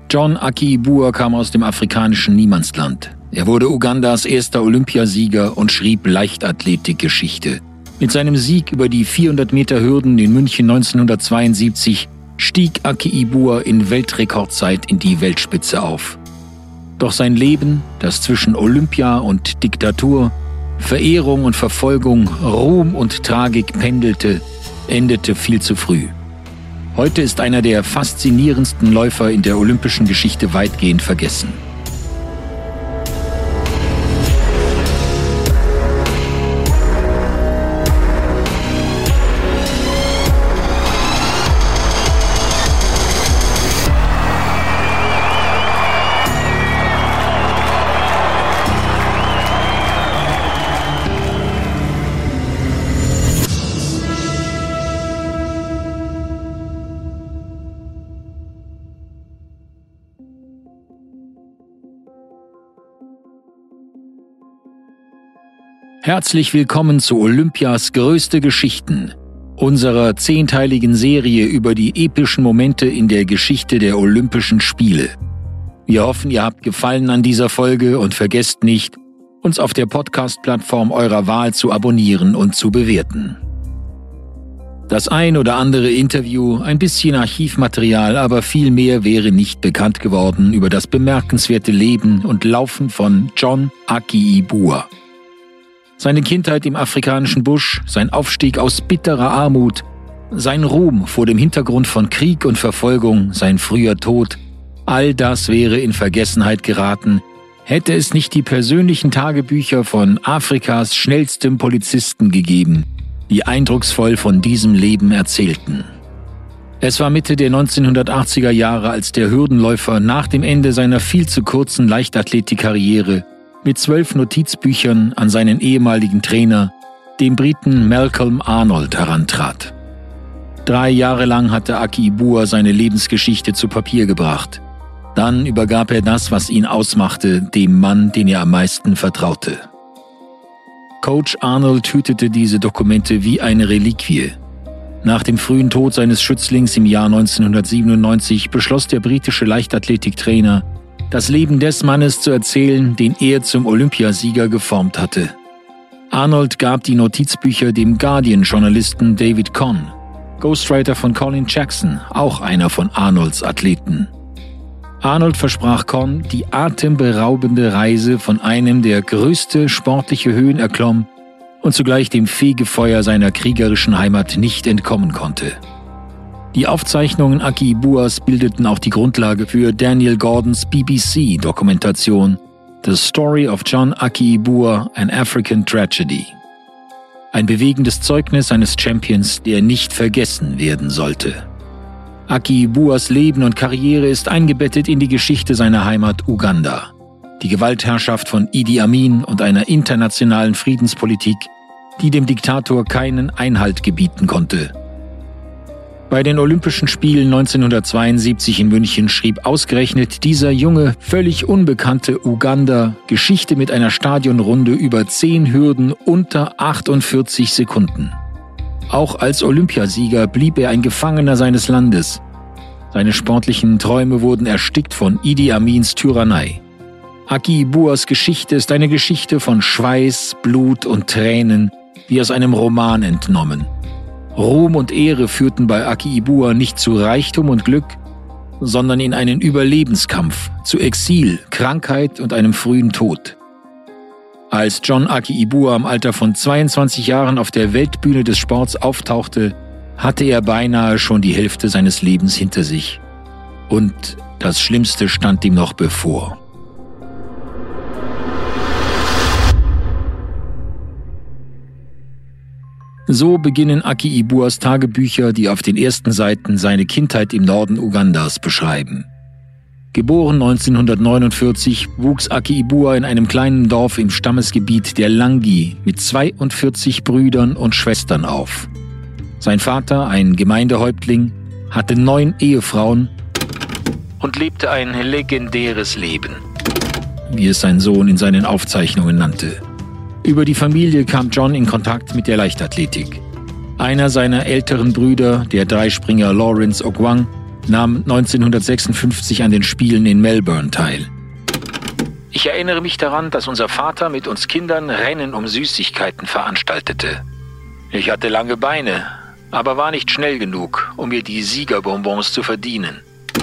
John Aki Ibua kam aus dem afrikanischen Niemandsland. Er wurde Ugandas erster Olympiasieger und schrieb Leichtathletikgeschichte. Mit seinem Sieg über die 400 Meter Hürden in München 1972 stieg Aki Ibua in Weltrekordzeit in die Weltspitze auf. Doch sein Leben, das zwischen Olympia und Diktatur, Verehrung und Verfolgung, Ruhm und Tragik pendelte, endete viel zu früh. Heute ist einer der faszinierendsten Läufer in der olympischen Geschichte weitgehend vergessen. Herzlich willkommen zu Olympias größte Geschichten, unserer 10-teiligen Serie über die epischen Momente in der Geschichte der Olympischen Spiele. Wir hoffen, ihr habt Gefallen an dieser Folge und vergesst nicht, uns auf der Podcast-Plattform eurer Wahl zu abonnieren und zu bewerten. Das ein oder andere Interview, ein bisschen Archivmaterial, aber viel mehr wäre nicht bekannt geworden über das bemerkenswerte Leben und Laufen von John Aki Ibua. Seine Kindheit im afrikanischen Busch, sein Aufstieg aus bitterer Armut, sein Ruhm vor dem Hintergrund von Krieg und Verfolgung, sein früher Tod, all das wäre in Vergessenheit geraten, hätte es nicht die persönlichen Tagebücher von Afrikas schnellstem Polizisten gegeben, die eindrucksvoll von diesem Leben erzählten. Es war Mitte der 1980er Jahre, als der Hürdenläufer nach dem Ende seiner viel zu kurzen Leichtathletikkarriere mit 12 Notizbüchern an seinen ehemaligen Trainer, dem Briten Malcolm Arnold, herantrat. 3 Jahre lang hatte Aki Ibua seine Lebensgeschichte zu Papier gebracht. Dann übergab er das, was ihn ausmachte, dem Mann, den er am meisten vertraute. Coach Arnold hütete diese Dokumente wie eine Reliquie. Nach dem frühen Tod seines Schützlings im Jahr 1997 beschloss der britische Leichtathletiktrainer, das Leben des Mannes zu erzählen, den er zum Olympiasieger geformt hatte. Arnold gab die Notizbücher dem Guardian-Journalisten David Conn, Ghostwriter von Colin Jackson, auch einer von Arnolds Athleten. Arnold versprach Conn, die atemberaubende Reise von einem, der größte sportliche Höhen erklomm und zugleich dem Fegefeuer seiner kriegerischen Heimat nicht entkommen konnte. Die Aufzeichnungen Aki Ibuas bildeten auch die Grundlage für Daniel Gordons BBC-Dokumentation The Story of John Aki Ibua, an African Tragedy. Ein bewegendes Zeugnis eines Champions, der nicht vergessen werden sollte. Aki Ibuas Leben und Karriere ist eingebettet in die Geschichte seiner Heimat Uganda. Die Gewaltherrschaft von Idi Amin und einer internationalen Friedenspolitik, die dem Diktator keinen Einhalt gebieten konnte. Bei den Olympischen Spielen 1972 in München schrieb ausgerechnet dieser junge, völlig unbekannte Uganda Geschichte mit einer Stadionrunde über 10 Hürden unter 48 Sekunden. Auch als Olympiasieger blieb er ein Gefangener seines Landes. Seine sportlichen Träume wurden erstickt von Idi Amins Tyrannei. Aki Ibuas Geschichte ist eine Geschichte von Schweiß, Blut und Tränen, wie aus einem Roman entnommen. Ruhm und Ehre führten bei Aki Ibua nicht zu Reichtum und Glück, sondern in einen Überlebenskampf, zu Exil, Krankheit und einem frühen Tod. Als John Aki Ibua im Alter von 22 Jahren auf der Weltbühne des Sports auftauchte, hatte er beinahe schon die Hälfte seines Lebens hinter sich. Und das Schlimmste stand ihm noch bevor. So beginnen Aki Ibuas Tagebücher, die auf den ersten Seiten seine Kindheit im Norden Ugandas beschreiben. Geboren 1949 wuchs Aki Ibua in einem kleinen Dorf im Stammesgebiet der Langi mit 42 Brüdern und Schwestern auf. Sein Vater, ein Gemeindehäuptling, hatte 9 Ehefrauen und lebte ein legendäres Leben, wie es sein Sohn in seinen Aufzeichnungen nannte. Über die Familie kam John in Kontakt mit der Leichtathletik. Einer seiner älteren Brüder, der Dreispringer Lawrence Ogwang, nahm 1956 an den Spielen in Melbourne teil. Ich erinnere mich daran, dass unser Vater mit uns Kindern Rennen um Süßigkeiten veranstaltete. Ich hatte lange Beine, aber war nicht schnell genug, um mir die Siegerbonbons zu verdienen.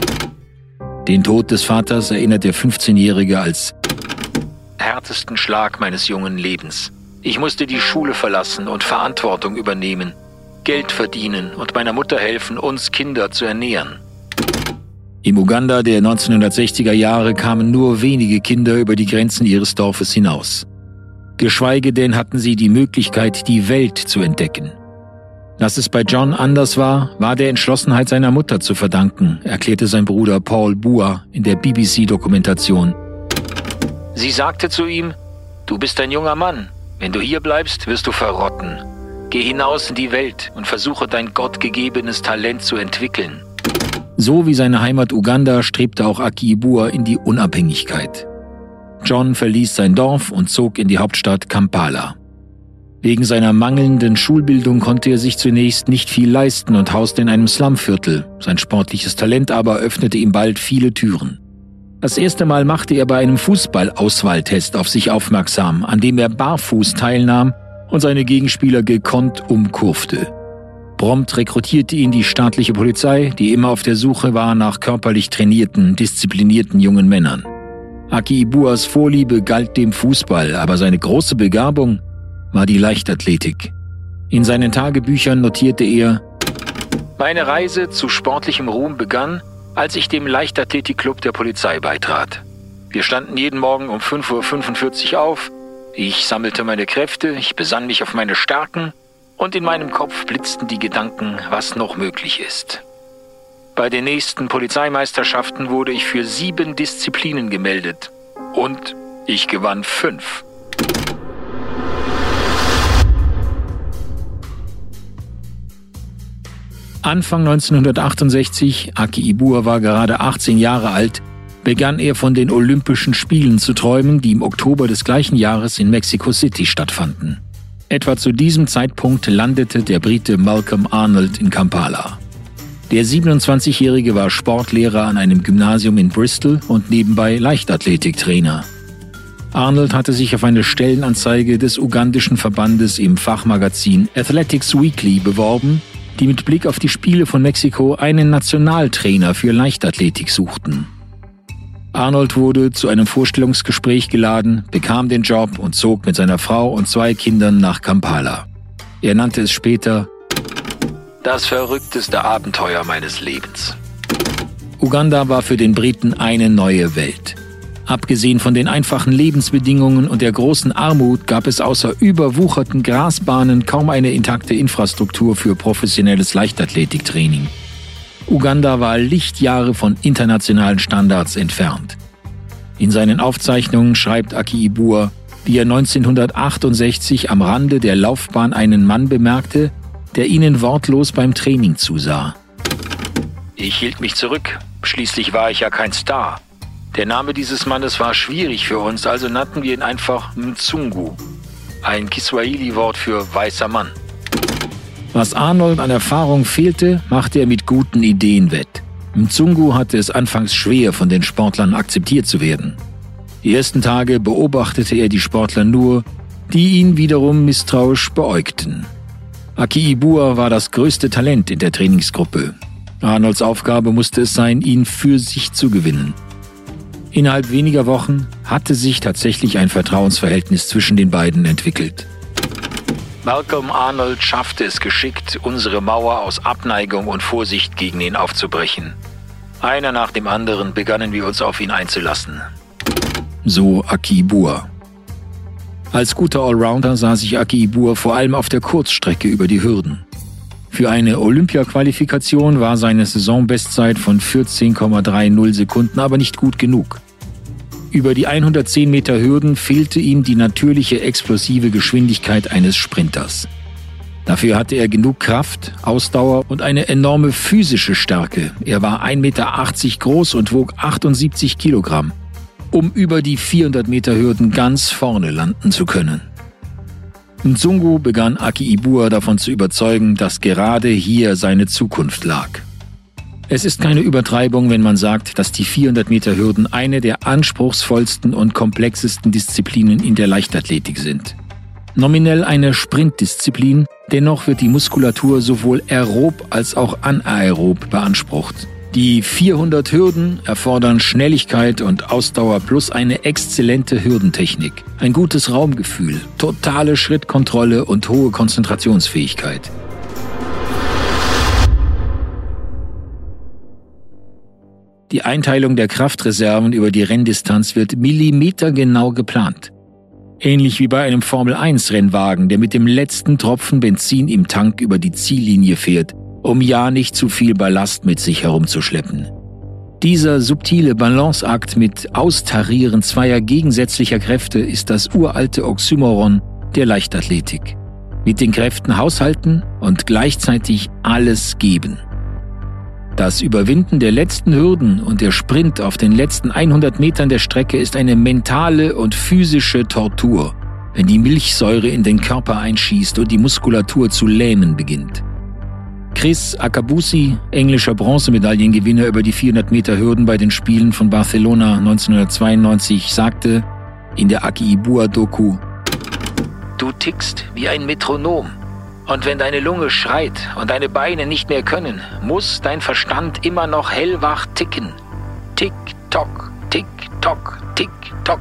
Den Tod des Vaters erinnert der 15-Jährige als härtesten Schlag meines jungen Lebens. Ich musste die Schule verlassen und Verantwortung übernehmen, Geld verdienen und meiner Mutter helfen, uns Kinder zu ernähren. Im Uganda der 1960er Jahre kamen nur wenige Kinder über die Grenzen ihres Dorfes hinaus. Geschweige denn hatten sie die Möglichkeit, die Welt zu entdecken. Dass es bei John anders war, war der Entschlossenheit seiner Mutter zu verdanken, erklärte sein Bruder Paul Bua in der BBC-Dokumentation. Sie sagte zu ihm: Du bist ein junger Mann. Wenn du hier bleibst, wirst du verrotten. Geh hinaus in die Welt und versuche dein gottgegebenes Talent zu entwickeln. So wie seine Heimat Uganda strebte auch Aki Ibua in die Unabhängigkeit. John verließ sein Dorf und zog in die Hauptstadt Kampala. Wegen seiner mangelnden Schulbildung konnte er sich zunächst nicht viel leisten und hauste in einem Slumviertel. Sein sportliches Talent aber öffnete ihm bald viele Türen. Das erste Mal machte er bei einem Fußball-Auswahltest auf sich aufmerksam, an dem er barfuß teilnahm und seine Gegenspieler gekonnt umkurfte. Prompt rekrutierte ihn die staatliche Polizei, die immer auf der Suche war nach körperlich trainierten, disziplinierten jungen Männern. Aki Ibuas Vorliebe galt dem Fußball, aber seine große Begabung war die Leichtathletik. In seinen Tagebüchern notierte er: Meine Reise zu sportlichem Ruhm begann, als ich dem Leichtathletikclub der Polizei beitrat. Wir standen jeden Morgen um 5:45 Uhr auf, ich sammelte meine Kräfte, ich besann mich auf meine Stärken und in meinem Kopf blitzten die Gedanken, was noch möglich ist. Bei den nächsten Polizeimeisterschaften wurde ich für 7 Disziplinen gemeldet und ich gewann 5. Anfang 1968, Aki Ibua war gerade 18 Jahre alt, begann er von den Olympischen Spielen zu träumen, die im Oktober des gleichen Jahres in Mexico City stattfanden. Etwa zu diesem Zeitpunkt landete der Brite Malcolm Arnold in Kampala. Der 27-Jährige war Sportlehrer an einem Gymnasium in Bristol und nebenbei Leichtathletiktrainer. Arnold hatte sich auf eine Stellenanzeige des ugandischen Verbandes im Fachmagazin Athletics Weekly beworben, die mit Blick auf die Spiele von Mexiko einen Nationaltrainer für Leichtathletik suchten. Arnold wurde zu einem Vorstellungsgespräch geladen, bekam den Job und zog mit seiner Frau und 2 Kindern nach Kampala. Er nannte es später das verrückteste Abenteuer meines Lebens. Uganda war für den Briten eine neue Welt. Abgesehen von den einfachen Lebensbedingungen und der großen Armut gab es außer überwucherten Grasbahnen kaum eine intakte Infrastruktur für professionelles Leichtathletiktraining. Uganda war Lichtjahre von internationalen Standards entfernt. In seinen Aufzeichnungen schreibt Aki Ibua, wie er 1968 am Rande der Laufbahn einen Mann bemerkte, der ihnen wortlos beim Training zusah. Ich hielt mich zurück, schließlich war ich ja kein Star. Der Name dieses Mannes war schwierig für uns, also nannten wir ihn einfach Mzungu, ein Kiswahili-Wort für weißer Mann. Was Arnold an Erfahrung fehlte, machte er mit guten Ideen wett. Mzungu hatte es anfangs schwer, von den Sportlern akzeptiert zu werden. Die ersten Tage beobachtete er die Sportler nur, die ihn wiederum misstrauisch beäugten. Aki Ibua war das größte Talent in der Trainingsgruppe. Arnolds Aufgabe musste es sein, ihn für sich zu gewinnen. Innerhalb weniger Wochen hatte sich tatsächlich ein Vertrauensverhältnis zwischen den beiden entwickelt. Malcolm Arnold schaffte es geschickt, unsere Mauer aus Abneigung und Vorsicht gegen ihn aufzubrechen. Einer nach dem anderen begannen wir uns auf ihn einzulassen. So Aki Ibua. Als guter Allrounder sah sich Aki Ibua vor allem auf der Kurzstrecke über die Hürden. Für eine Olympia-Qualifikation war seine Saisonbestzeit von 14,30 Sekunden aber nicht gut genug. Über die 110 Meter Hürden fehlte ihm die natürliche explosive Geschwindigkeit eines Sprinters. Dafür hatte er genug Kraft, Ausdauer und eine enorme physische Stärke. Er war 1,80 Meter groß und wog 78 Kilogramm, um über die 400 Meter Hürden ganz vorne landen zu können. Mzungu begann Aki Ibua davon zu überzeugen, dass gerade hier seine Zukunft lag. Es ist keine Übertreibung, wenn man sagt, dass die 400 Meter Hürden eine der anspruchsvollsten und komplexesten Disziplinen in der Leichtathletik sind. Nominell eine Sprintdisziplin, dennoch wird die Muskulatur sowohl aerob als auch anaerob beansprucht. Die 400 Hürden erfordern Schnelligkeit und Ausdauer plus eine exzellente Hürdentechnik, ein gutes Raumgefühl, totale Schrittkontrolle und hohe Konzentrationsfähigkeit. Die Einteilung der Kraftreserven über die Renndistanz wird millimetergenau geplant. Ähnlich wie bei einem Formel-1-Rennwagen, der mit dem letzten Tropfen Benzin im Tank über die Ziellinie fährt, um ja nicht zu viel Ballast mit sich herumzuschleppen. Dieser subtile Balanceakt mit Austarieren zweier gegensätzlicher Kräfte ist das uralte Oxymoron der Leichtathletik. Mit den Kräften haushalten und gleichzeitig alles geben. Das Überwinden der letzten Hürden und der Sprint auf den letzten 100 Metern der Strecke ist eine mentale und physische Tortur, wenn die Milchsäure in den Körper einschießt und die Muskulatur zu lähmen beginnt. Chris Akabusi, englischer Bronzemedaillengewinner über die 400 Meter Hürden bei den Spielen von Barcelona 1992, sagte in der Aki Iboa-Doku: Du tickst wie ein Metronom. Und wenn deine Lunge schreit und deine Beine nicht mehr können, muss dein Verstand immer noch hellwach ticken. Tick-tock, tick-tock, tick-tock.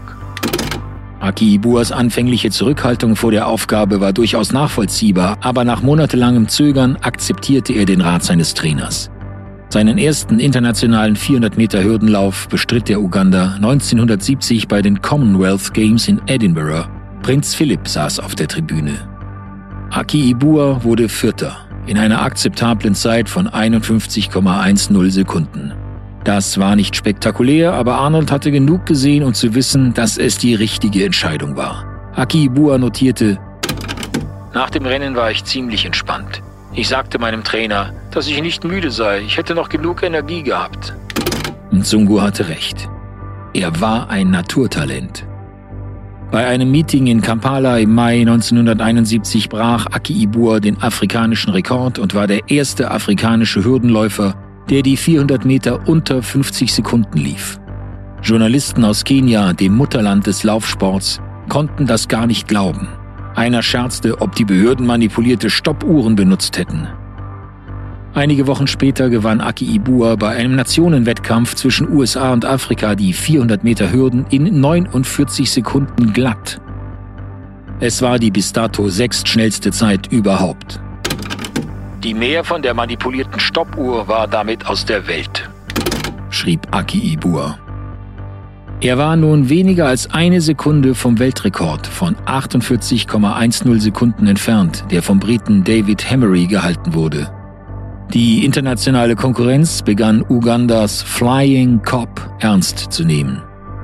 Aki Iboas anfängliche Zurückhaltung vor der Aufgabe war durchaus nachvollziehbar, aber nach monatelangem Zögern akzeptierte er den Rat seines Trainers. Seinen ersten internationalen 400 Meter Hürdenlauf bestritt der Uganda 1970 bei den Commonwealth Games in Edinburgh. Prinz Philipp saß auf der Tribüne. Aki Iboa wurde Vierter in einer akzeptablen Zeit von 51,10 Sekunden. Das war nicht spektakulär, aber Arnold hatte genug gesehen, um zu wissen, dass es die richtige Entscheidung war. Aki Iboa notierte: Nach dem Rennen war ich ziemlich entspannt. Ich sagte meinem Trainer, dass ich nicht müde sei, ich hätte noch genug Energie gehabt. Nzungu hatte recht. Er war ein Naturtalent. Bei einem Meeting in Kampala im Mai 1971 brach Aki Iboa den afrikanischen Rekord und war der erste afrikanische Hürdenläufer, der die 400 Meter unter 50 Sekunden lief. Journalisten aus Kenia, dem Mutterland des Laufsports, konnten das gar nicht glauben. Einer scherzte, ob die Behörden manipulierte Stoppuhren benutzt hätten. Einige Wochen später gewann Aki Iboa bei einem Nationenwettkampf zwischen USA und Afrika die 400 Meter Hürden in 49 Sekunden glatt. Es war die bis dato sechstschnellste Zeit überhaupt. Die Mehr von der manipulierten Stoppuhr war damit aus der Welt, schrieb Aki Iboa. Er war nun weniger als eine Sekunde vom Weltrekord von 48,10 Sekunden entfernt, der vom Briten David Hemery gehalten wurde. Die internationale Konkurrenz begann Ugandas Flying Cop ernst zu nehmen.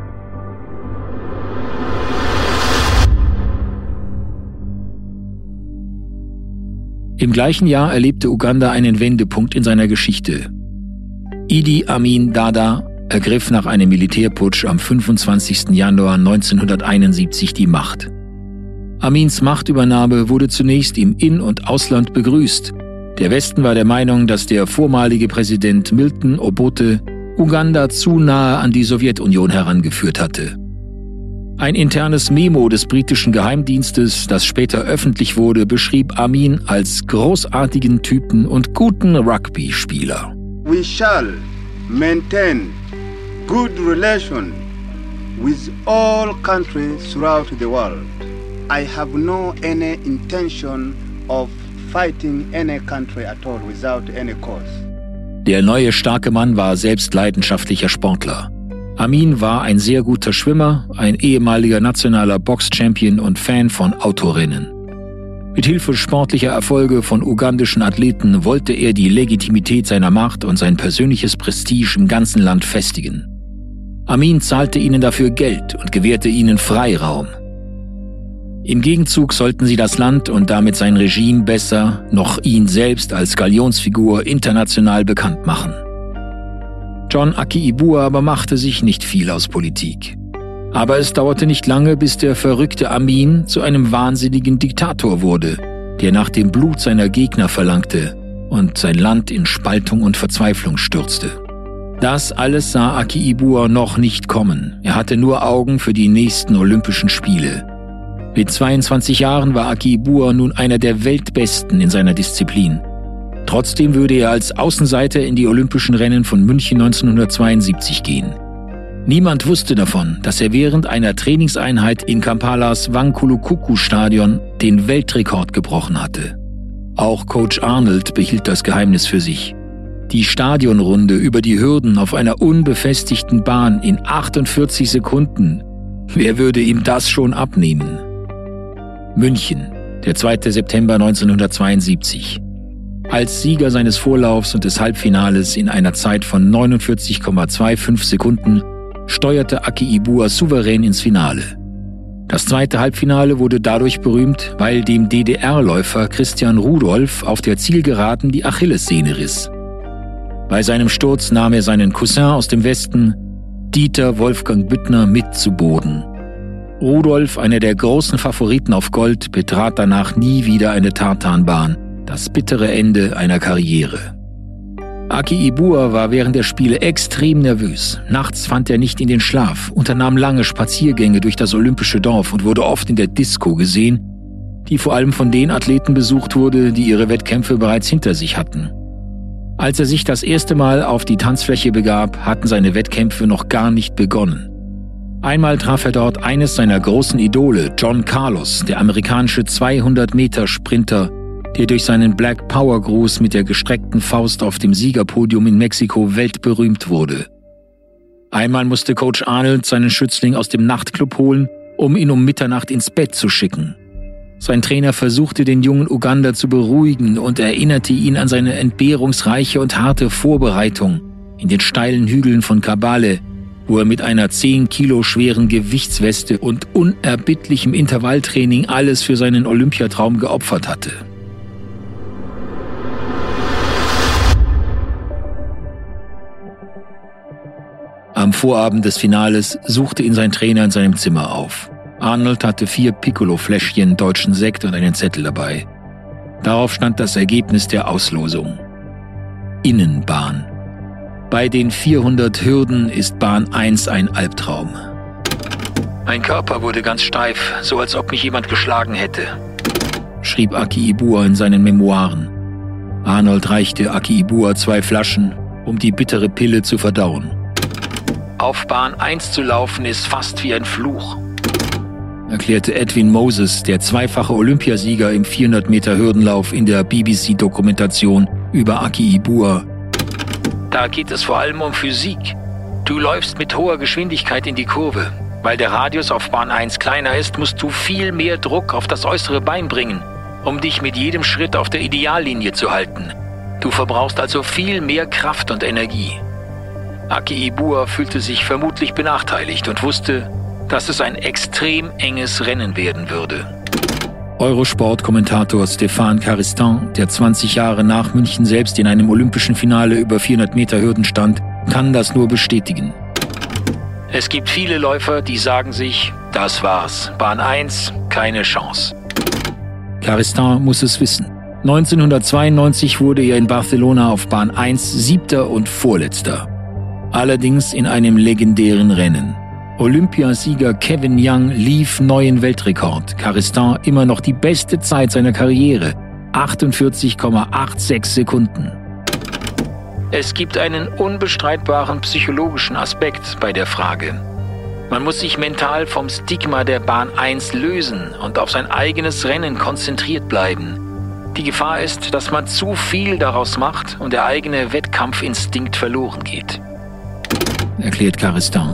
Im gleichen Jahr erlebte Uganda einen Wendepunkt in seiner Geschichte. Idi Amin Dada ergriff nach einem Militärputsch am 25. Januar 1971 die Macht. Amins Machtübernahme wurde zunächst im In- und Ausland begrüßt. Der Westen war der Meinung, dass der vormalige Präsident Milton Obote Uganda zu nahe an die Sowjetunion herangeführt hatte. Ein internes Memo des britischen Geheimdienstes, das später öffentlich wurde, beschrieb Amin als großartigen Typen und guten Rugby-Spieler. We shall maintain good relation with all countries throughout the world. I have no any intention of fighting any country at all without any cause. Der neue starke Mann war selbst leidenschaftlicher Sportler. Amin war ein sehr guter Schwimmer, ein ehemaliger nationaler Box-Champion und Fan von Autorennen. Mit Hilfe sportlicher Erfolge von ugandischen Athleten wollte er die Legitimität seiner Macht und sein persönliches Prestige im ganzen Land festigen. Amin zahlte ihnen dafür Geld und gewährte ihnen Freiraum. Im Gegenzug sollten sie das Land und damit sein Regime besser, noch ihn selbst als Galionsfigur international bekannt machen. John Aki Iboa aber machte sich nicht viel aus Politik. Aber es dauerte nicht lange, bis der verrückte Amin zu einem wahnsinnigen Diktator wurde, der nach dem Blut seiner Gegner verlangte, und sein Land in Spaltung und Verzweiflung stürzte. Das alles sah Aki Ibua noch nicht kommen. Er hatte nur Augen für die nächsten Olympischen Spiele. Mit 22 Jahren war Aki Ibua nun einer der Weltbesten in seiner Disziplin. Trotzdem würde er als Außenseiter in die Olympischen Rennen von München 1972 gehen. Niemand wusste davon, dass er während einer Trainingseinheit in Kampalas Wangkulukuku-Stadion den Weltrekord gebrochen hatte. Auch Coach Arnold behielt das Geheimnis für sich. Die Stadionrunde über die Hürden auf einer unbefestigten Bahn in 48 Sekunden. Wer würde ihm das schon abnehmen? München, der 2. September 1972. Als Sieger seines Vorlaufs und des Halbfinales in einer Zeit von 49,25 Sekunden steuerte Aki Ibua souverän ins Finale. Das zweite Halbfinale wurde dadurch berühmt, weil dem DDR-Läufer Christian Rudolph auf der Zielgeraden die Achillessehne riss. Bei seinem Sturz nahm er seinen Cousin aus dem Westen, Dieter Wolfgang Büttner, mit zu Boden. Rudolph, einer der großen Favoriten auf Gold, betrat danach nie wieder eine Tartanbahn, das bittere Ende einer Karriere. Aki Ibua war während der Spiele extrem nervös. Nachts fand er nicht in den Schlaf, unternahm lange Spaziergänge durch das olympische Dorf und wurde oft in der Disco gesehen, die vor allem von den Athleten besucht wurde, die ihre Wettkämpfe bereits hinter sich hatten. Als er sich das erste Mal auf die Tanzfläche begab, hatten seine Wettkämpfe noch gar nicht begonnen. Einmal traf er dort eines seiner großen Idole, John Carlos, der amerikanische 200-Meter-Sprinter, der durch seinen Black Power Gruß mit der gestreckten Faust auf dem Siegerpodium in Mexiko weltberühmt wurde. Einmal musste Coach Arnold seinen Schützling aus dem Nachtclub holen, um ihn um Mitternacht ins Bett zu schicken. Sein Trainer versuchte den jungen Uganda zu beruhigen und erinnerte ihn an seine entbehrungsreiche und harte Vorbereitung in den steilen Hügeln von Kabale, wo er mit einer 10 Kilo schweren Gewichtsweste und unerbittlichem Intervalltraining alles für seinen Olympiatraum geopfert hatte. Am Vorabend des Finales suchte ihn sein Trainer in seinem Zimmer auf. Arnold hatte 4 Piccolo-Fläschchen deutschen Sekt und einen Zettel dabei. Darauf stand das Ergebnis der Auslosung. Innenbahn. Bei den 400 Hürden ist Bahn 1 ein Albtraum. Mein Körper wurde ganz steif, so als ob mich jemand geschlagen hätte, schrieb Aki Ibua in seinen Memoiren. Arnold reichte Aki Ibua 2 Flaschen, um die bittere Pille zu verdauen. Auf Bahn 1 zu laufen ist fast wie ein Fluch, erklärte Edwin Moses, der zweifache Olympiasieger im 400-Meter-Hürdenlauf in der BBC-Dokumentation über Aki Ibua. Da geht es vor allem um Physik. Du läufst mit hoher Geschwindigkeit in die Kurve. Weil der Radius auf Bahn 1 kleiner ist, musst du viel mehr Druck auf das äußere Bein bringen, um dich mit jedem Schritt auf der Ideallinie zu halten. Du verbrauchst also viel mehr Kraft und Energie. Aki Ibua fühlte sich vermutlich benachteiligt und wusste, dass es ein extrem enges Rennen werden würde. Eurosport-Kommentator Stéphane Caristan, der 20 Jahre nach München selbst in einem olympischen Finale über 400 Meter Hürden stand, kann das nur bestätigen. Es gibt viele Läufer, die sagen sich, das war's, Bahn 1, keine Chance. Caristan muss es wissen. 1992 wurde er in Barcelona auf Bahn 1 Siebter und Vorletzter. Allerdings in einem legendären Rennen. Olympiasieger Kevin Young lief neuen Weltrekord. Caristan immer noch die beste Zeit seiner Karriere. 48,86 Sekunden. Es gibt einen unbestreitbaren psychologischen Aspekt bei der Frage. Man muss sich mental vom Stigma der Bahn 1 lösen und auf sein eigenes Rennen konzentriert bleiben. Die Gefahr ist, dass man zu viel daraus macht und der eigene Wettkampfinstinkt verloren geht, erklärt Caristan.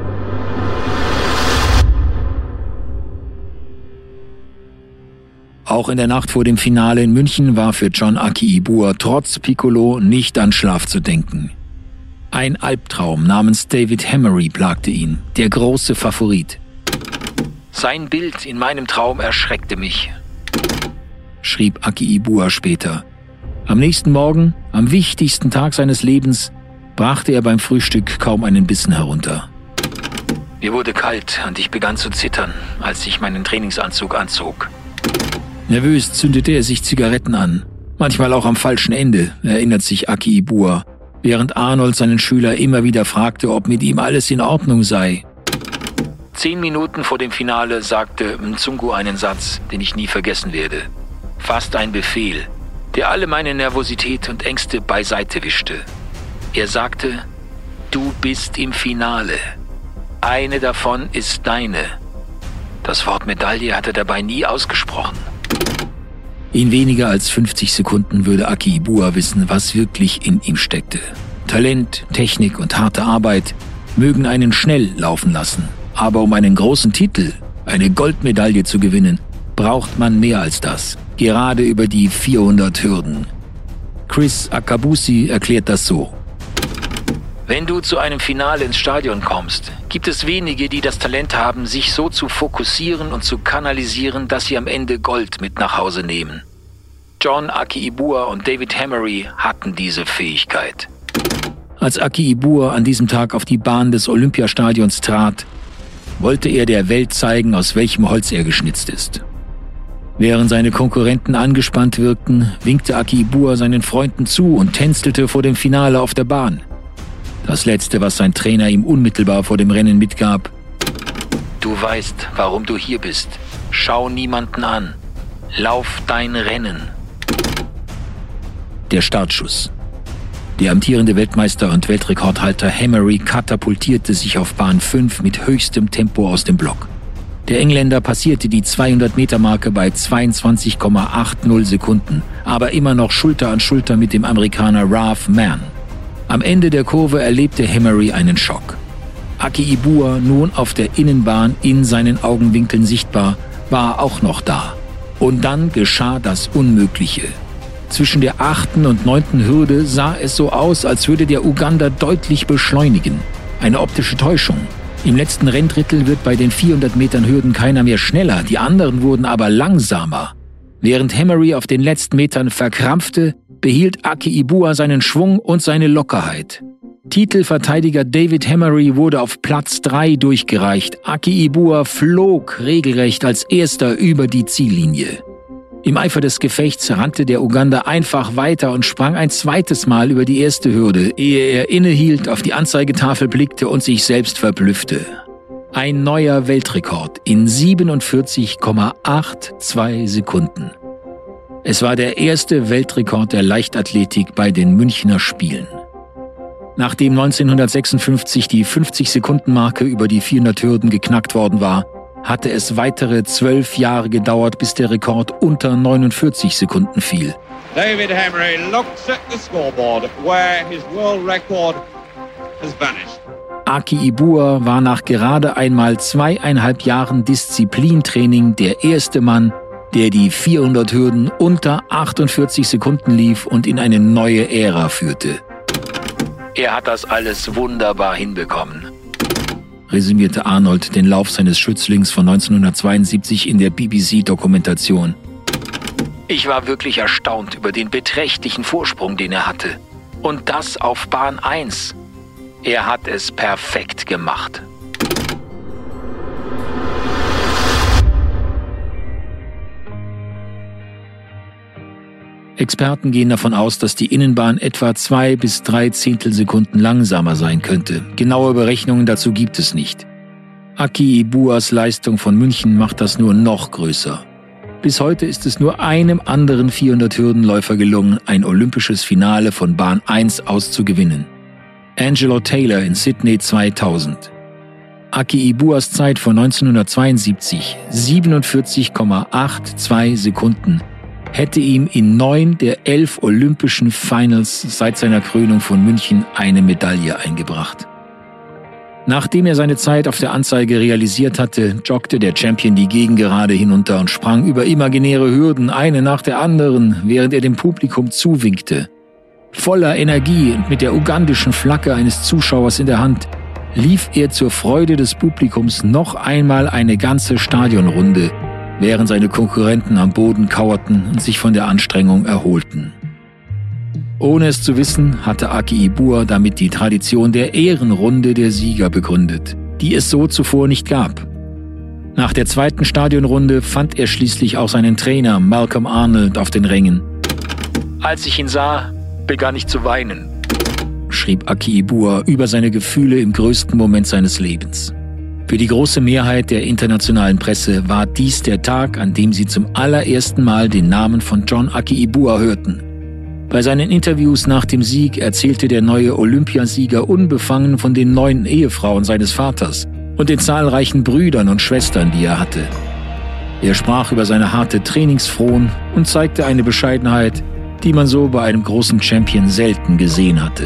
Auch in der Nacht vor dem Finale in München war für John Aki Ibua trotz Piccolo nicht an Schlaf zu denken. Ein Albtraum namens David Hemery plagte ihn, der große Favorit. Sein Bild in meinem Traum erschreckte mich, schrieb Aki Ibua später. Am nächsten Morgen, am wichtigsten Tag seines Lebens, brachte er beim Frühstück kaum einen Bissen herunter. Mir wurde kalt und ich begann zu zittern, als ich meinen Trainingsanzug anzog. Nervös zündete er sich Zigaretten an. Manchmal auch am falschen Ende, erinnert sich Aki Ibua, während Arnold seinen Schüler immer wieder fragte, ob mit ihm alles in Ordnung sei. 10 Minuten vor dem Finale sagte Mzungu einen Satz, den ich nie vergessen werde. Fast ein Befehl, der alle meine Nervosität und Ängste beiseite wischte. Er sagte: Du bist im Finale. Eine davon ist deine. Das Wort Medaille hat er dabei nie ausgesprochen. In weniger als 50 Sekunden würde Aki Ibua wissen, was wirklich in ihm steckte. Talent, Technik und harte Arbeit mögen einen schnell laufen lassen. Aber um einen großen Titel, eine Goldmedaille zu gewinnen, braucht man mehr als das. Gerade über die 400 Hürden. Chris Akabusi erklärt das so: Wenn du zu einem Finale ins Stadion kommst, gibt es wenige, die das Talent haben, sich so zu fokussieren und zu kanalisieren, dass sie am Ende Gold mit nach Hause nehmen. John Aki Ibua und David Hemery hatten diese Fähigkeit. Als Aki Ibua an diesem Tag auf die Bahn des Olympiastadions trat, wollte er der Welt zeigen, aus welchem Holz er geschnitzt ist. Während seine Konkurrenten angespannt wirkten, winkte Aki Ibua seinen Freunden zu und tänzelte vor dem Finale auf der Bahn. Das Letzte, was sein Trainer ihm unmittelbar vor dem Rennen mitgab: Du weißt, warum du hier bist. Schau niemanden an. Lauf dein Rennen. Der Startschuss. Der amtierende Weltmeister und Weltrekordhalter Hemery katapultierte sich auf Bahn 5 mit höchstem Tempo aus dem Block. Der Engländer passierte die 200-Meter-Marke bei 22,80 Sekunden, aber immer noch Schulter an Schulter mit dem Amerikaner Ralph Mann. Am Ende der Kurve erlebte Hemery einen Schock. Aki Ibua, nun auf der Innenbahn in seinen Augenwinkeln sichtbar, war auch noch da. Und dann geschah das Unmögliche. Zwischen der 8. und 9. Hürde sah es so aus, als würde der Uganda deutlich beschleunigen. Eine optische Täuschung. Im letzten Renndrittel wird bei den 400 Metern Hürden keiner mehr schneller, die anderen wurden aber langsamer. Während Hemery auf den letzten Metern verkrampfte, behielt Aki Ibua seinen Schwung und seine Lockerheit. Titelverteidiger David Hemery wurde auf Platz 3 durchgereicht. Aki Ibua flog regelrecht als Erster über die Ziellinie. Im Eifer des Gefechts rannte der Uganda einfach weiter und sprang ein zweites Mal über die erste Hürde, ehe er innehielt, auf die Anzeigetafel blickte und sich selbst verblüffte. Ein neuer Weltrekord in 47,82 Sekunden. Es war der erste Weltrekord der Leichtathletik bei den Münchner Spielen. Nachdem 1956 die 50-Sekunden-Marke über die 400 Hürden geknackt worden war, hatte es weitere 12 Jahre gedauert, bis der Rekord unter 49 Sekunden fiel. David Hemery looks at the scoreboard where his world record has vanished. Aki Ibua war nach gerade einmal 2,5 Jahren Disziplintraining der erste Mann, der die 400 Hürden unter 48 Sekunden lief und in eine neue Ära führte. Er hat das alles wunderbar hinbekommen, resümierte Arnold den Lauf seines Schützlings von 1972 in der BBC-Dokumentation. Ich war wirklich erstaunt über den beträchtlichen Vorsprung, den er hatte. Und das auf Bahn 1. Er hat es perfekt gemacht. Experten gehen davon aus, dass die Innenbahn etwa 2 bis 3 Zehntelsekunden langsamer sein könnte. Genaue Berechnungen dazu gibt es nicht. Aki Ibuas Leistung von München macht das nur noch größer. Bis heute ist es nur einem anderen 400-Hürdenläufer gelungen, ein olympisches Finale von Bahn 1 aus zu gewinnen. Angelo Taylor in Sydney 2000. Aki Ibuas Zeit von 1972, 47,82 Sekunden, hätte ihm in 9 der 11 olympischen Finals seit seiner Krönung von München eine Medaille eingebracht. Nachdem er seine Zeit auf der Anzeige realisiert hatte, joggte der Champion die Gegengerade hinunter und sprang über imaginäre Hürden, eine nach der anderen, während er dem Publikum zuwinkte. Voller Energie und mit der ugandischen Flagge eines Zuschauers in der Hand lief er zur Freude des Publikums noch einmal eine ganze Stadionrunde, während seine Konkurrenten am Boden kauerten und sich von der Anstrengung erholten. Ohne es zu wissen, hatte Aki Ibua damit die Tradition der Ehrenrunde der Sieger begründet, die es so zuvor nicht gab. Nach der zweiten Stadionrunde fand er schließlich auch seinen Trainer Malcolm Arnold auf den Rängen. Als ich ihn sah, begann ich zu weinen, schrieb Aki Ibua über seine Gefühle im größten Moment seines Lebens. Für die große Mehrheit der internationalen Presse war dies der Tag, an dem sie zum allerersten Mal den Namen von John Aki Ibua hörten. Bei seinen Interviews nach dem Sieg erzählte der neue Olympiasieger unbefangen von den 9 Ehefrauen seines Vaters und den zahlreichen Brüdern und Schwestern, die er hatte. Er sprach über seine harte Trainingsfron und zeigte eine Bescheidenheit, die man so bei einem großen Champion selten gesehen hatte.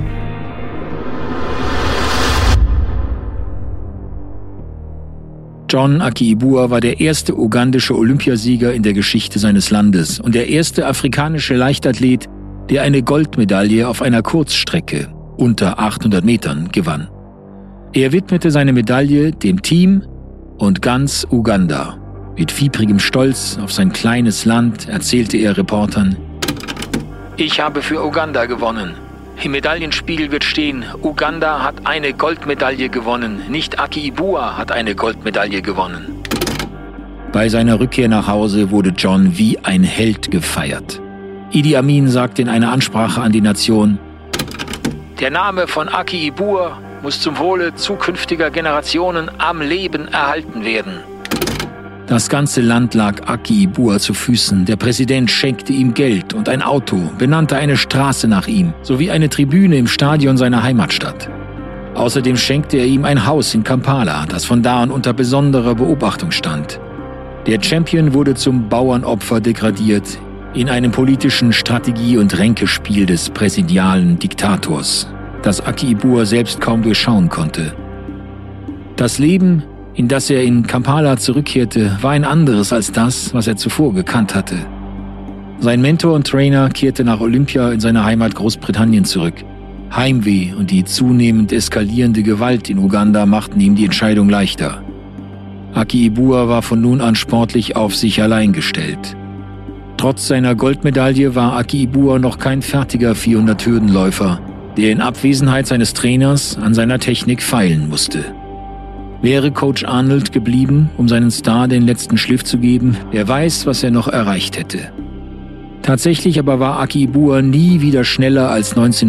John Aki Ibua war der erste ugandische Olympiasieger in der Geschichte seines Landes und der erste afrikanische Leichtathlet, der eine Goldmedaille auf einer Kurzstrecke unter 800 Metern gewann. Er widmete seine Medaille dem Team und ganz Uganda. Mit fiebrigem Stolz auf sein kleines Land erzählte er Reportern: Ich habe für Uganda gewonnen. Im Medaillenspiegel wird stehen, Uganda hat eine Goldmedaille gewonnen, nicht Aki Ibua hat eine Goldmedaille gewonnen. Bei seiner Rückkehr nach Hause wurde John wie ein Held gefeiert. Idi Amin sagte in einer Ansprache an die Nation: Der Name von Aki Ibua muss zum Wohle zukünftiger Generationen am Leben erhalten werden. Das ganze Land lag Aki Ibua zu Füßen. Der Präsident schenkte ihm Geld und ein Auto, benannte eine Straße nach ihm, sowie eine Tribüne im Stadion seiner Heimatstadt. Außerdem schenkte er ihm ein Haus in Kampala, das von da an unter besonderer Beobachtung stand. Der Champion wurde zum Bauernopfer degradiert, in einem politischen Strategie- und Ränkespiel des präsidialen Diktators, das Aki Ibua selbst kaum durchschauen konnte. Das Leben, in das er in Kampala zurückkehrte, war ein anderes als das, was er zuvor gekannt hatte. Sein Mentor und Trainer kehrte nach Olympia in seine Heimat Großbritannien zurück. Heimweh und die zunehmend eskalierende Gewalt in Uganda machten ihm die Entscheidung leichter. Aki Ibua war von nun an sportlich auf sich allein gestellt. Trotz seiner Goldmedaille war Aki Ibua noch kein fertiger 400-Hürdenläufer, der in Abwesenheit seines Trainers an seiner Technik feilen musste. Wäre Coach Arnold geblieben, um seinen Star den letzten Schliff zu geben, wer weiß, was er noch erreicht hätte. Tatsächlich aber war Aki Ibua nie wieder schneller als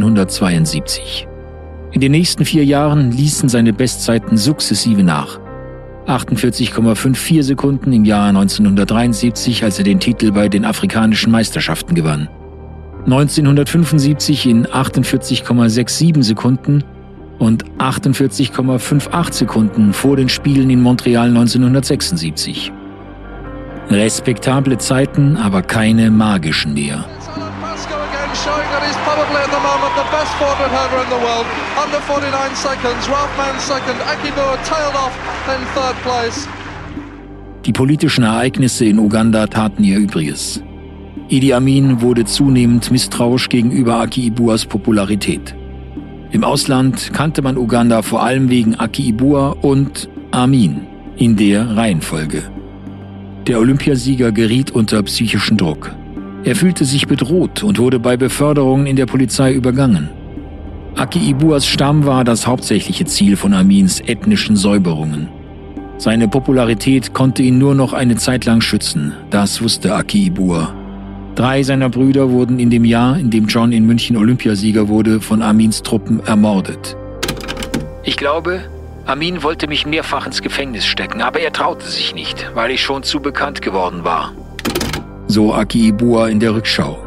1972. In den nächsten 4 Jahren ließen seine Bestzeiten sukzessive nach. 48,54 Sekunden im Jahr 1973, als er den Titel bei den afrikanischen Meisterschaften gewann. 1975 in 48,67 Sekunden und 48,58 Sekunden vor den Spielen in Montreal 1976. Respektable Zeiten, aber keine magischen mehr. Showing that he's probably at the moment the best 400 hurdler in the world. Under 49 seconds, Ralphman second, Aki Ibua tailed off in 3rd place. Die politischen Ereignisse in Uganda taten ihr Übriges. Idi Amin wurde zunehmend misstrauisch gegenüber Aki Ibuas Popularität. Im Ausland kannte man Uganda vor allem wegen Aki Ibua und Amin in der Reihenfolge. Der Olympiasieger geriet unter psychischen Druck. Er fühlte sich bedroht und wurde bei Beförderungen in der Polizei übergangen. Aki Ibuas Stamm war das hauptsächliche Ziel von Amins ethnischen Säuberungen. Seine Popularität konnte ihn nur noch eine Zeit lang schützen, das wusste Aki Ibua. 3 seiner Brüder wurden in dem Jahr, in dem John in München Olympiasieger wurde, von Amins Truppen ermordet. Ich glaube, Amin wollte mich mehrfach ins Gefängnis stecken, aber er traute sich nicht, weil ich schon zu bekannt geworden war. So Aki Ibua in der Rückschau.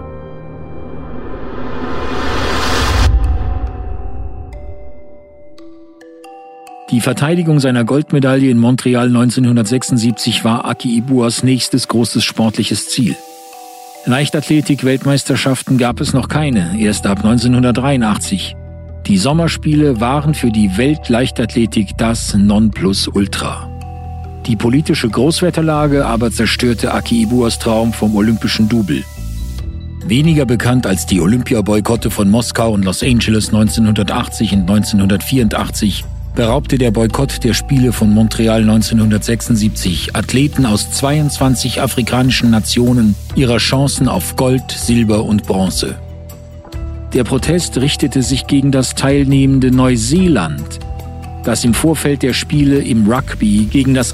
Die Verteidigung seiner Goldmedaille in Montreal 1976 war Aki Ibuas nächstes großes sportliches Ziel. Leichtathletik-Weltmeisterschaften gab es noch keine, erst ab 1983. Die Sommerspiele waren für die Weltleichtathletik das Nonplusultra. Die politische Großwetterlage aber zerstörte Aki Ibuas Traum vom olympischen Double. Weniger bekannt als die Olympiaboykotte von Moskau und Los Angeles 1980 und 1984 beraubte der Boykott der Spiele von Montreal 1976 Athleten aus 22 afrikanischen Nationen ihrer Chancen auf Gold, Silber und Bronze. Der Protest richtete sich gegen das teilnehmende Neuseeland, das im Vorfeld der Spiele im Rugby gegen das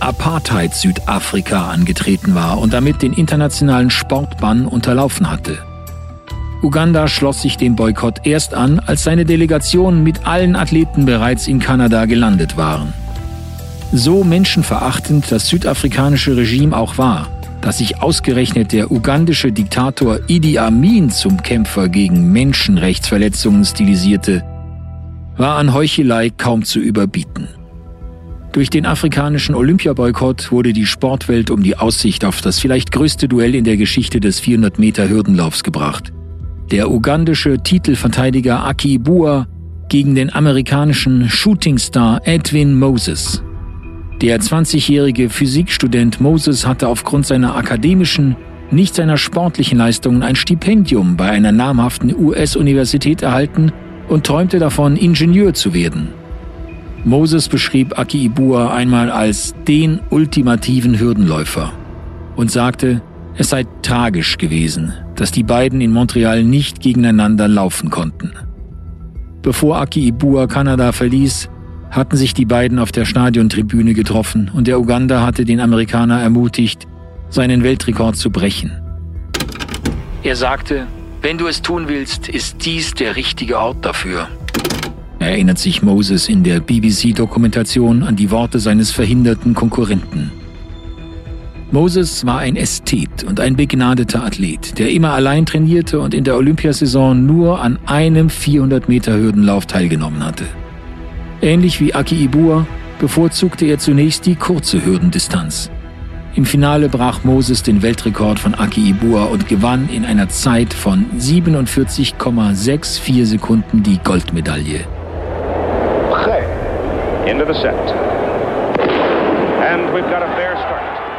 Apartheid-Südafrika angetreten war und damit den internationalen Sportbann unterlaufen hatte. Uganda schloss sich dem Boykott erst an, als seine Delegationen mit allen Athleten bereits in Kanada gelandet waren. So menschenverachtend das südafrikanische Regime auch war, dass sich ausgerechnet der ugandische Diktator Idi Amin zum Kämpfer gegen Menschenrechtsverletzungen stilisierte, war an Heuchelei kaum zu überbieten. Durch den afrikanischen Olympiaboykott wurde die Sportwelt um die Aussicht auf das vielleicht größte Duell in der Geschichte des 400-Meter-Hürdenlaufs gebracht. Der ugandische Titelverteidiger Aki Ibua gegen den amerikanischen Shootingstar Edwin Moses. Der 20-jährige Physikstudent Moses hatte aufgrund seiner akademischen, nicht seiner sportlichen Leistungen ein Stipendium bei einer namhaften US-Universität erhalten und träumte davon, Ingenieur zu werden. Moses beschrieb Aki Ibua einmal als den ultimativen Hürdenläufer und sagte, es sei tragisch gewesen, dass die beiden in Montreal nicht gegeneinander laufen konnten. Bevor Aki Ibua Kanada verließ, hatten sich die beiden auf der Stadiontribüne getroffen und der Uganda hatte den Amerikaner ermutigt, seinen Weltrekord zu brechen. Er sagte, wenn du es tun willst, ist dies der richtige Ort dafür. Erinnert sich Moses in der BBC-Dokumentation an die Worte seines verhinderten Konkurrenten. Moses war ein Ästhet und ein begnadeter Athlet, der immer allein trainierte und in der Olympiasaison nur an einem 400-Meter-Hürdenlauf teilgenommen hatte. Ähnlich wie Aki Ibua bevorzugte er zunächst die kurze Hürdendistanz. Im Finale brach Moses den Weltrekord von Aki Ibua und gewann in einer Zeit von 47,64 Sekunden die Goldmedaille. Into the set. And we've got a fair start.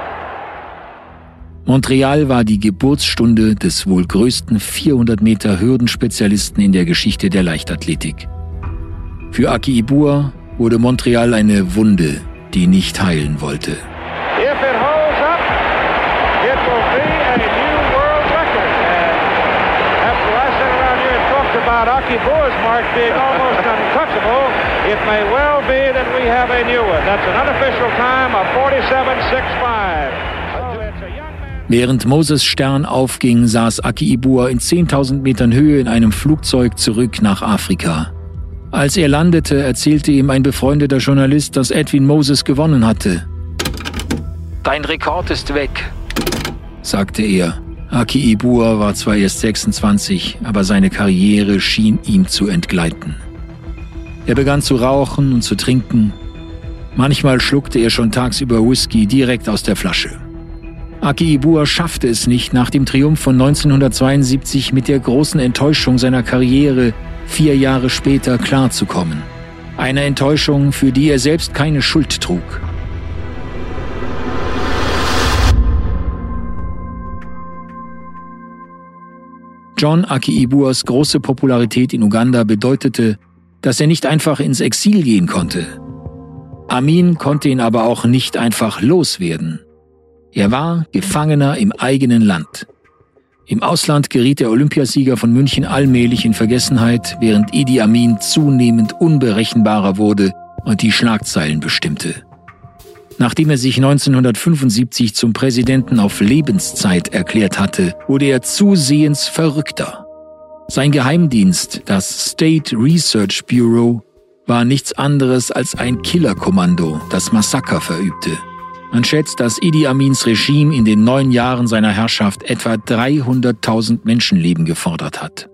Montreal war die Geburtsstunde des wohl größten 400-Meter-Hürdenspezialisten in der Geschichte der Leichtathletik. Für Aki Ibua wurde Montreal eine Wunde, die nicht heilen wollte. If it holds up, it will be a new world record. And after I sat around here and talked about Aki Ibua's mark being almost untouchable, it may well be that we have a new one. That's an unofficial time of 47.65. Während Moses Stern aufging, saß Aki Ibua in 10.000 Metern Höhe in einem Flugzeug zurück nach Afrika. Als er landete, erzählte ihm ein befreundeter Journalist, dass Edwin Moses gewonnen hatte. »Dein Rekord ist weg«, sagte er. Aki Ibua war zwar erst 26, aber seine Karriere schien ihm zu entgleiten. Er begann zu rauchen und zu trinken. Manchmal schluckte er schon tagsüber Whisky direkt aus der Flasche. Aki Ibua schaffte es nicht, nach dem Triumph von 1972 mit der großen Enttäuschung seiner Karriere 4 Jahre später klarzukommen. Eine Enttäuschung, für die er selbst keine Schuld trug. John Aki Ibuas große Popularität in Uganda bedeutete, dass er nicht einfach ins Exil gehen konnte. Amin konnte ihn aber auch nicht einfach loswerden. Er war Gefangener im eigenen Land. Im Ausland geriet der Olympiasieger von München allmählich in Vergessenheit, während Idi Amin zunehmend unberechenbarer wurde und die Schlagzeilen bestimmte. Nachdem er sich 1975 zum Präsidenten auf Lebenszeit erklärt hatte, wurde er zusehends verrückter. Sein Geheimdienst, das State Research Bureau, war nichts anderes als ein Killerkommando, das Massaker verübte. Man schätzt, dass Idi Amins Regime in den 9 Jahren seiner Herrschaft etwa 300.000 Menschenleben gefordert hat.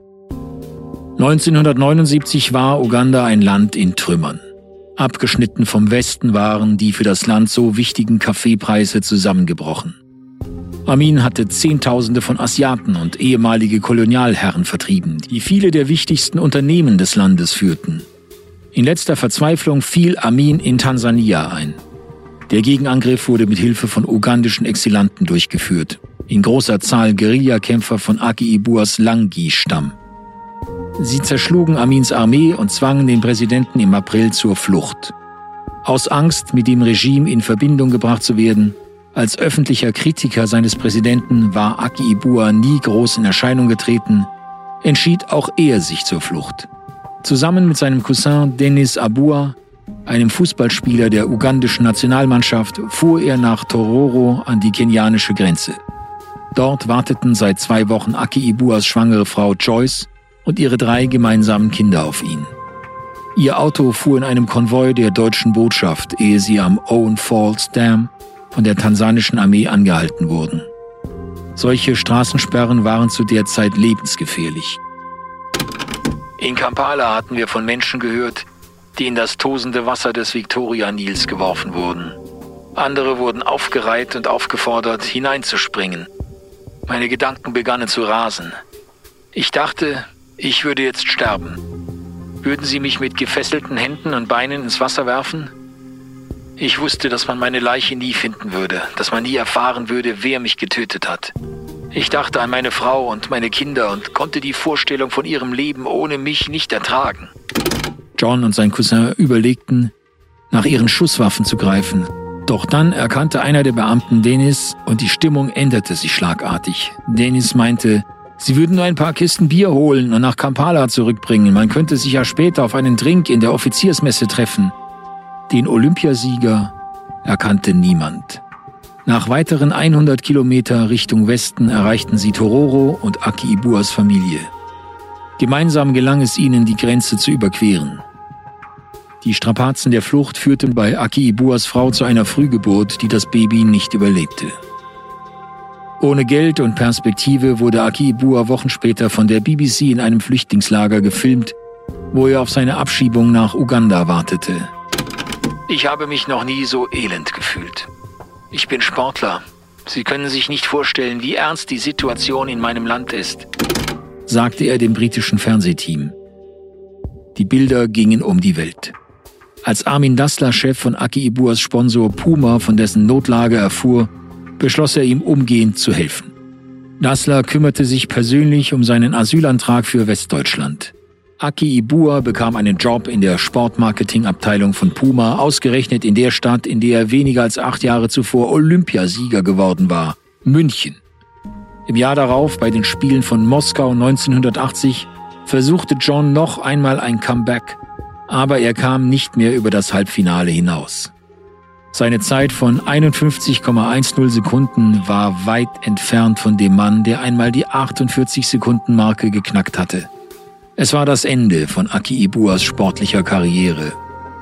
1979 war Uganda ein Land in Trümmern. Abgeschnitten vom Westen waren die für das Land so wichtigen Kaffeepreise zusammengebrochen. Amin hatte Zehntausende von Asiaten und ehemalige Kolonialherren vertrieben, die viele der wichtigsten Unternehmen des Landes führten. In letzter Verzweiflung fiel Amin in Tansania ein. Der Gegenangriff wurde mit Hilfe von ugandischen Exilanten durchgeführt, in großer Zahl Guerillakämpfer von Aki Ibuas Langi-Stamm. Sie zerschlugen Amins Armee und zwangen den Präsidenten im April zur Flucht. Aus Angst, mit dem Regime in Verbindung gebracht zu werden, als öffentlicher Kritiker seines Präsidenten war Aki Ibua nie groß in Erscheinung getreten, entschied auch er sich zur Flucht. Zusammen mit seinem Cousin Dennis Abua, einem Fußballspieler der ugandischen Nationalmannschaft, fuhr er nach Tororo an die kenianische Grenze. Dort warteten seit 2 Wochen Aki Ibuas schwangere Frau Joyce und ihre 3 gemeinsamen Kinder auf ihn. Ihr Auto fuhr in einem Konvoi der deutschen Botschaft, ehe sie am Owen Falls Dam von der tansanischen Armee angehalten wurden. Solche Straßensperren waren zu der Zeit lebensgefährlich. In Kampala hatten wir von Menschen gehört, die in das tosende Wasser des Victoria-Nils geworfen wurden. Andere wurden aufgereiht und aufgefordert, hineinzuspringen. Meine Gedanken begannen zu rasen. Ich dachte, ich würde jetzt sterben. Würden sie mich mit gefesselten Händen und Beinen ins Wasser werfen? Ich wusste, dass man meine Leiche nie finden würde, dass man nie erfahren würde, wer mich getötet hat. Ich dachte an meine Frau und meine Kinder und konnte die Vorstellung von ihrem Leben ohne mich nicht ertragen. John und sein Cousin überlegten, nach ihren Schusswaffen zu greifen. Doch dann erkannte einer der Beamten Dennis und die Stimmung änderte sich schlagartig. Dennis meinte, sie würden nur ein paar Kisten Bier holen und nach Kampala zurückbringen. Man könnte sich ja später auf einen Drink in der Offiziersmesse treffen. Den Olympiasieger erkannte niemand. Nach weiteren 100 Kilometer Richtung Westen erreichten sie Tororo und Aki Ibuas Familie. Gemeinsam gelang es ihnen, die Grenze zu überqueren. Die Strapazen der Flucht führten bei Aki Ibuas Frau zu einer Frühgeburt, die das Baby nicht überlebte. Ohne Geld und Perspektive wurde Aki Ibua Wochen später von der BBC in einem Flüchtlingslager gefilmt, wo er auf seine Abschiebung nach Uganda wartete. Ich habe mich noch nie so elend gefühlt. Ich bin Sportler. Sie können sich nicht vorstellen, wie ernst die Situation in meinem Land ist, sagte er dem britischen Fernsehteam. Die Bilder gingen um die Welt. Als Armin Dassler, Chef von Aki Ibuas Sponsor Puma, von dessen Notlage erfuhr, beschloss er ihm umgehend zu helfen. Dassler kümmerte sich persönlich um seinen Asylantrag für Westdeutschland. Aki Ibua bekam einen Job in der Sportmarketingabteilung von Puma, ausgerechnet in der Stadt, in der er weniger als 8 Jahre zuvor Olympiasieger geworden war, München. Im Jahr darauf, bei den Spielen von Moskau 1980, versuchte John noch einmal ein Comeback, aber er kam nicht mehr über das Halbfinale hinaus. Seine Zeit von 51,10 Sekunden war weit entfernt von dem Mann, der einmal die 48-Sekunden-Marke geknackt hatte. Es war das Ende von Aki Ibuas sportlicher Karriere.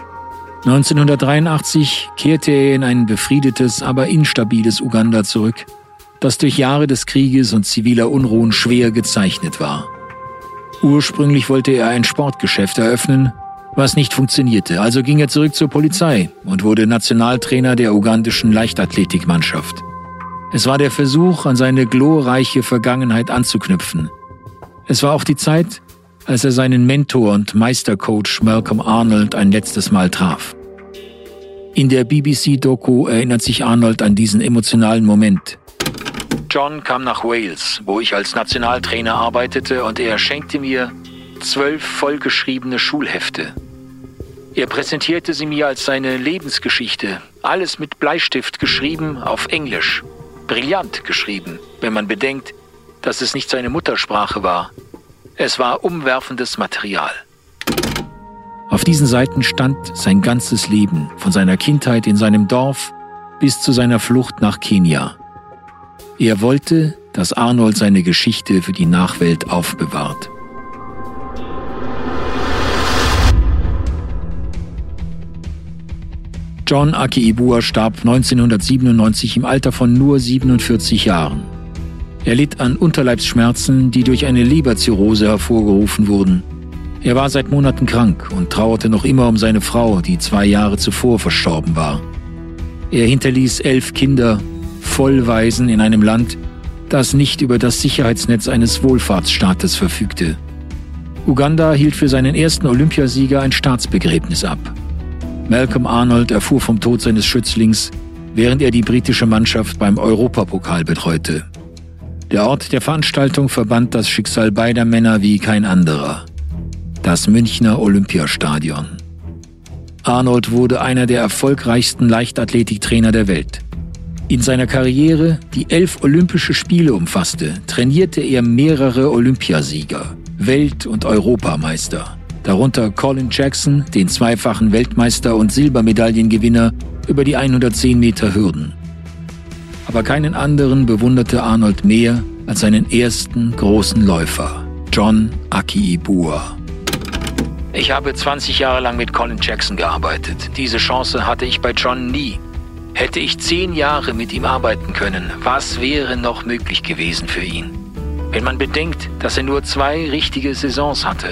1983 kehrte er in ein befriedetes, aber instabiles Uganda zurück, das durch Jahre des Krieges und ziviler Unruhen schwer gezeichnet war. Ursprünglich wollte er ein Sportgeschäft eröffnen, was nicht funktionierte, also ging er zurück zur Polizei und wurde Nationaltrainer der ugandischen Leichtathletikmannschaft. Es war der Versuch, an seine glorreiche Vergangenheit anzuknüpfen. Es war auch die Zeit, als er seinen Mentor und Meistercoach Malcolm Arnold ein letztes Mal traf. In der BBC-Doku erinnert sich Arnold an diesen emotionalen Moment. John kam nach Wales, wo ich als Nationaltrainer arbeitete, und er schenkte mir 12 vollgeschriebene Schulhefte. Er präsentierte sie mir als seine Lebensgeschichte, alles mit Bleistift geschrieben auf Englisch. Brillant geschrieben, wenn man bedenkt, dass es nicht seine Muttersprache war. Es war umwerfendes Material. Auf diesen Seiten stand sein ganzes Leben, von seiner Kindheit in seinem Dorf bis zu seiner Flucht nach Kenia. Er wollte, dass Arnold seine Geschichte für die Nachwelt aufbewahrt. John Aki Ibua starb 1997 im Alter von nur 47 Jahren. Er litt an Unterleibsschmerzen, die durch eine Leberzirrhose hervorgerufen wurden. Er war seit Monaten krank und trauerte noch immer um seine Frau, die 2 Jahre zuvor verstorben war. Er hinterließ 11 Kinder, Vollwaisen in einem Land, das nicht über das Sicherheitsnetz eines Wohlfahrtsstaates verfügte. Uganda hielt für seinen ersten Olympiasieger ein Staatsbegräbnis ab. Malcolm Arnold erfuhr vom Tod seines Schützlings, während er die britische Mannschaft beim Europapokal betreute. Der Ort der Veranstaltung verband das Schicksal beider Männer wie kein anderer: das Münchner Olympiastadion. Arnold wurde einer der erfolgreichsten Leichtathletiktrainer der Welt. In seiner Karriere, die 11 Olympische Spiele umfasste, trainierte er mehrere Olympiasieger, Welt- und Europameister, darunter Colin Jackson, den zweifachen Weltmeister und Silbermedaillengewinner über die 110 Meter Hürden. aber keinen anderen bewunderte Arnold mehr als seinen ersten großen Läufer, John Aki Ibua. Ich habe 20 Jahre lang mit Colin Jackson gearbeitet. Diese Chance hatte ich bei John nie. Hätte ich 10 Jahre mit ihm arbeiten können, was wäre noch möglich gewesen für ihn? Wenn man bedenkt, dass er nur 2 richtige Saisons hatte,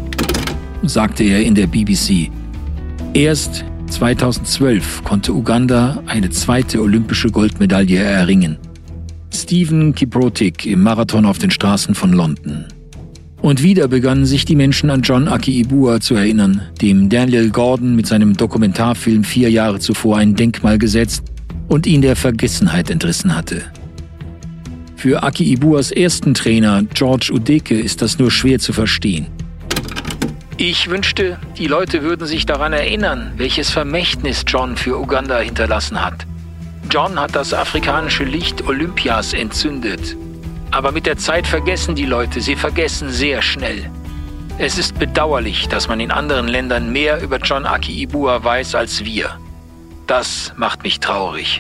sagte er in der BBC. Erst 2012 konnte Uganda eine 2. olympische Goldmedaille erringen. Stephen Kiprotich im Marathon auf den Straßen von London. Und wieder begannen sich die Menschen an John Aki Ibua zu erinnern, dem Daniel Gordon mit seinem Dokumentarfilm 4 Jahre zuvor ein Denkmal gesetzt und ihn der Vergessenheit entrissen hatte. Für Aki Ibuas ersten Trainer, George Udeke, ist das nur schwer zu verstehen. Ich wünschte, die Leute würden sich daran erinnern, welches Vermächtnis John für Uganda hinterlassen hat. John hat das afrikanische Licht Olympias entzündet. Aber mit der Zeit vergessen die Leute, sie vergessen sehr schnell. Es ist bedauerlich, dass man in anderen Ländern mehr über John Aki Ibua weiß als wir. Das macht mich traurig.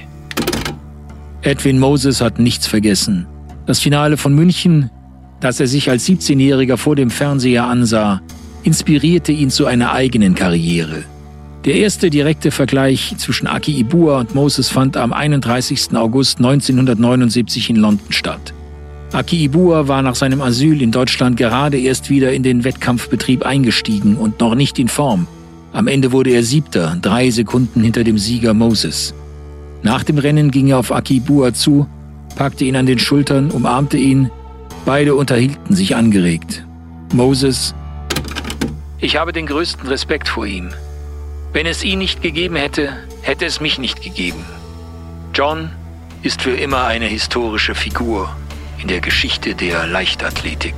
Edwin Moses hat nichts vergessen. Das Finale von München, das er sich als 17-Jähriger vor dem Fernseher ansah, inspirierte ihn zu einer eigenen Karriere. Der erste direkte Vergleich zwischen Aki Ibua und Moses fand am 31. August 1979 in London statt. Aki Ibua war nach seinem Asyl in Deutschland gerade erst wieder in den Wettkampfbetrieb eingestiegen und noch nicht in Form. Am Ende wurde er 7., 3 Sekunden hinter dem Sieger Moses. Nach dem Rennen ging er auf Aki Ibua zu, packte ihn an den Schultern, umarmte ihn. Beide unterhielten sich angeregt. Moses: Ich habe den größten Respekt vor ihm. Wenn es ihn nicht gegeben hätte, hätte es mich nicht gegeben. John ist für immer eine historische Figur in der Geschichte der Leichtathletik.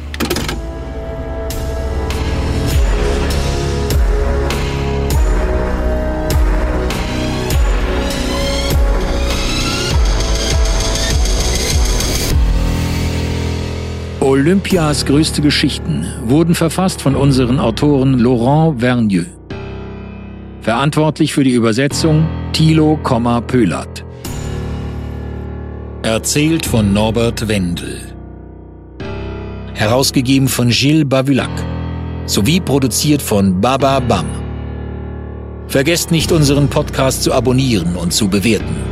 Olympias größte Geschichten wurden verfasst von unseren Autoren Laurent Vergneux. Verantwortlich für die Übersetzung Thilo Pöhlert. Erzählt von Norbert Wendel. Herausgegeben von Gilles Bavulac. Sowie produziert von Baba Bam. Vergesst nicht, unseren Podcast zu abonnieren und zu bewerten.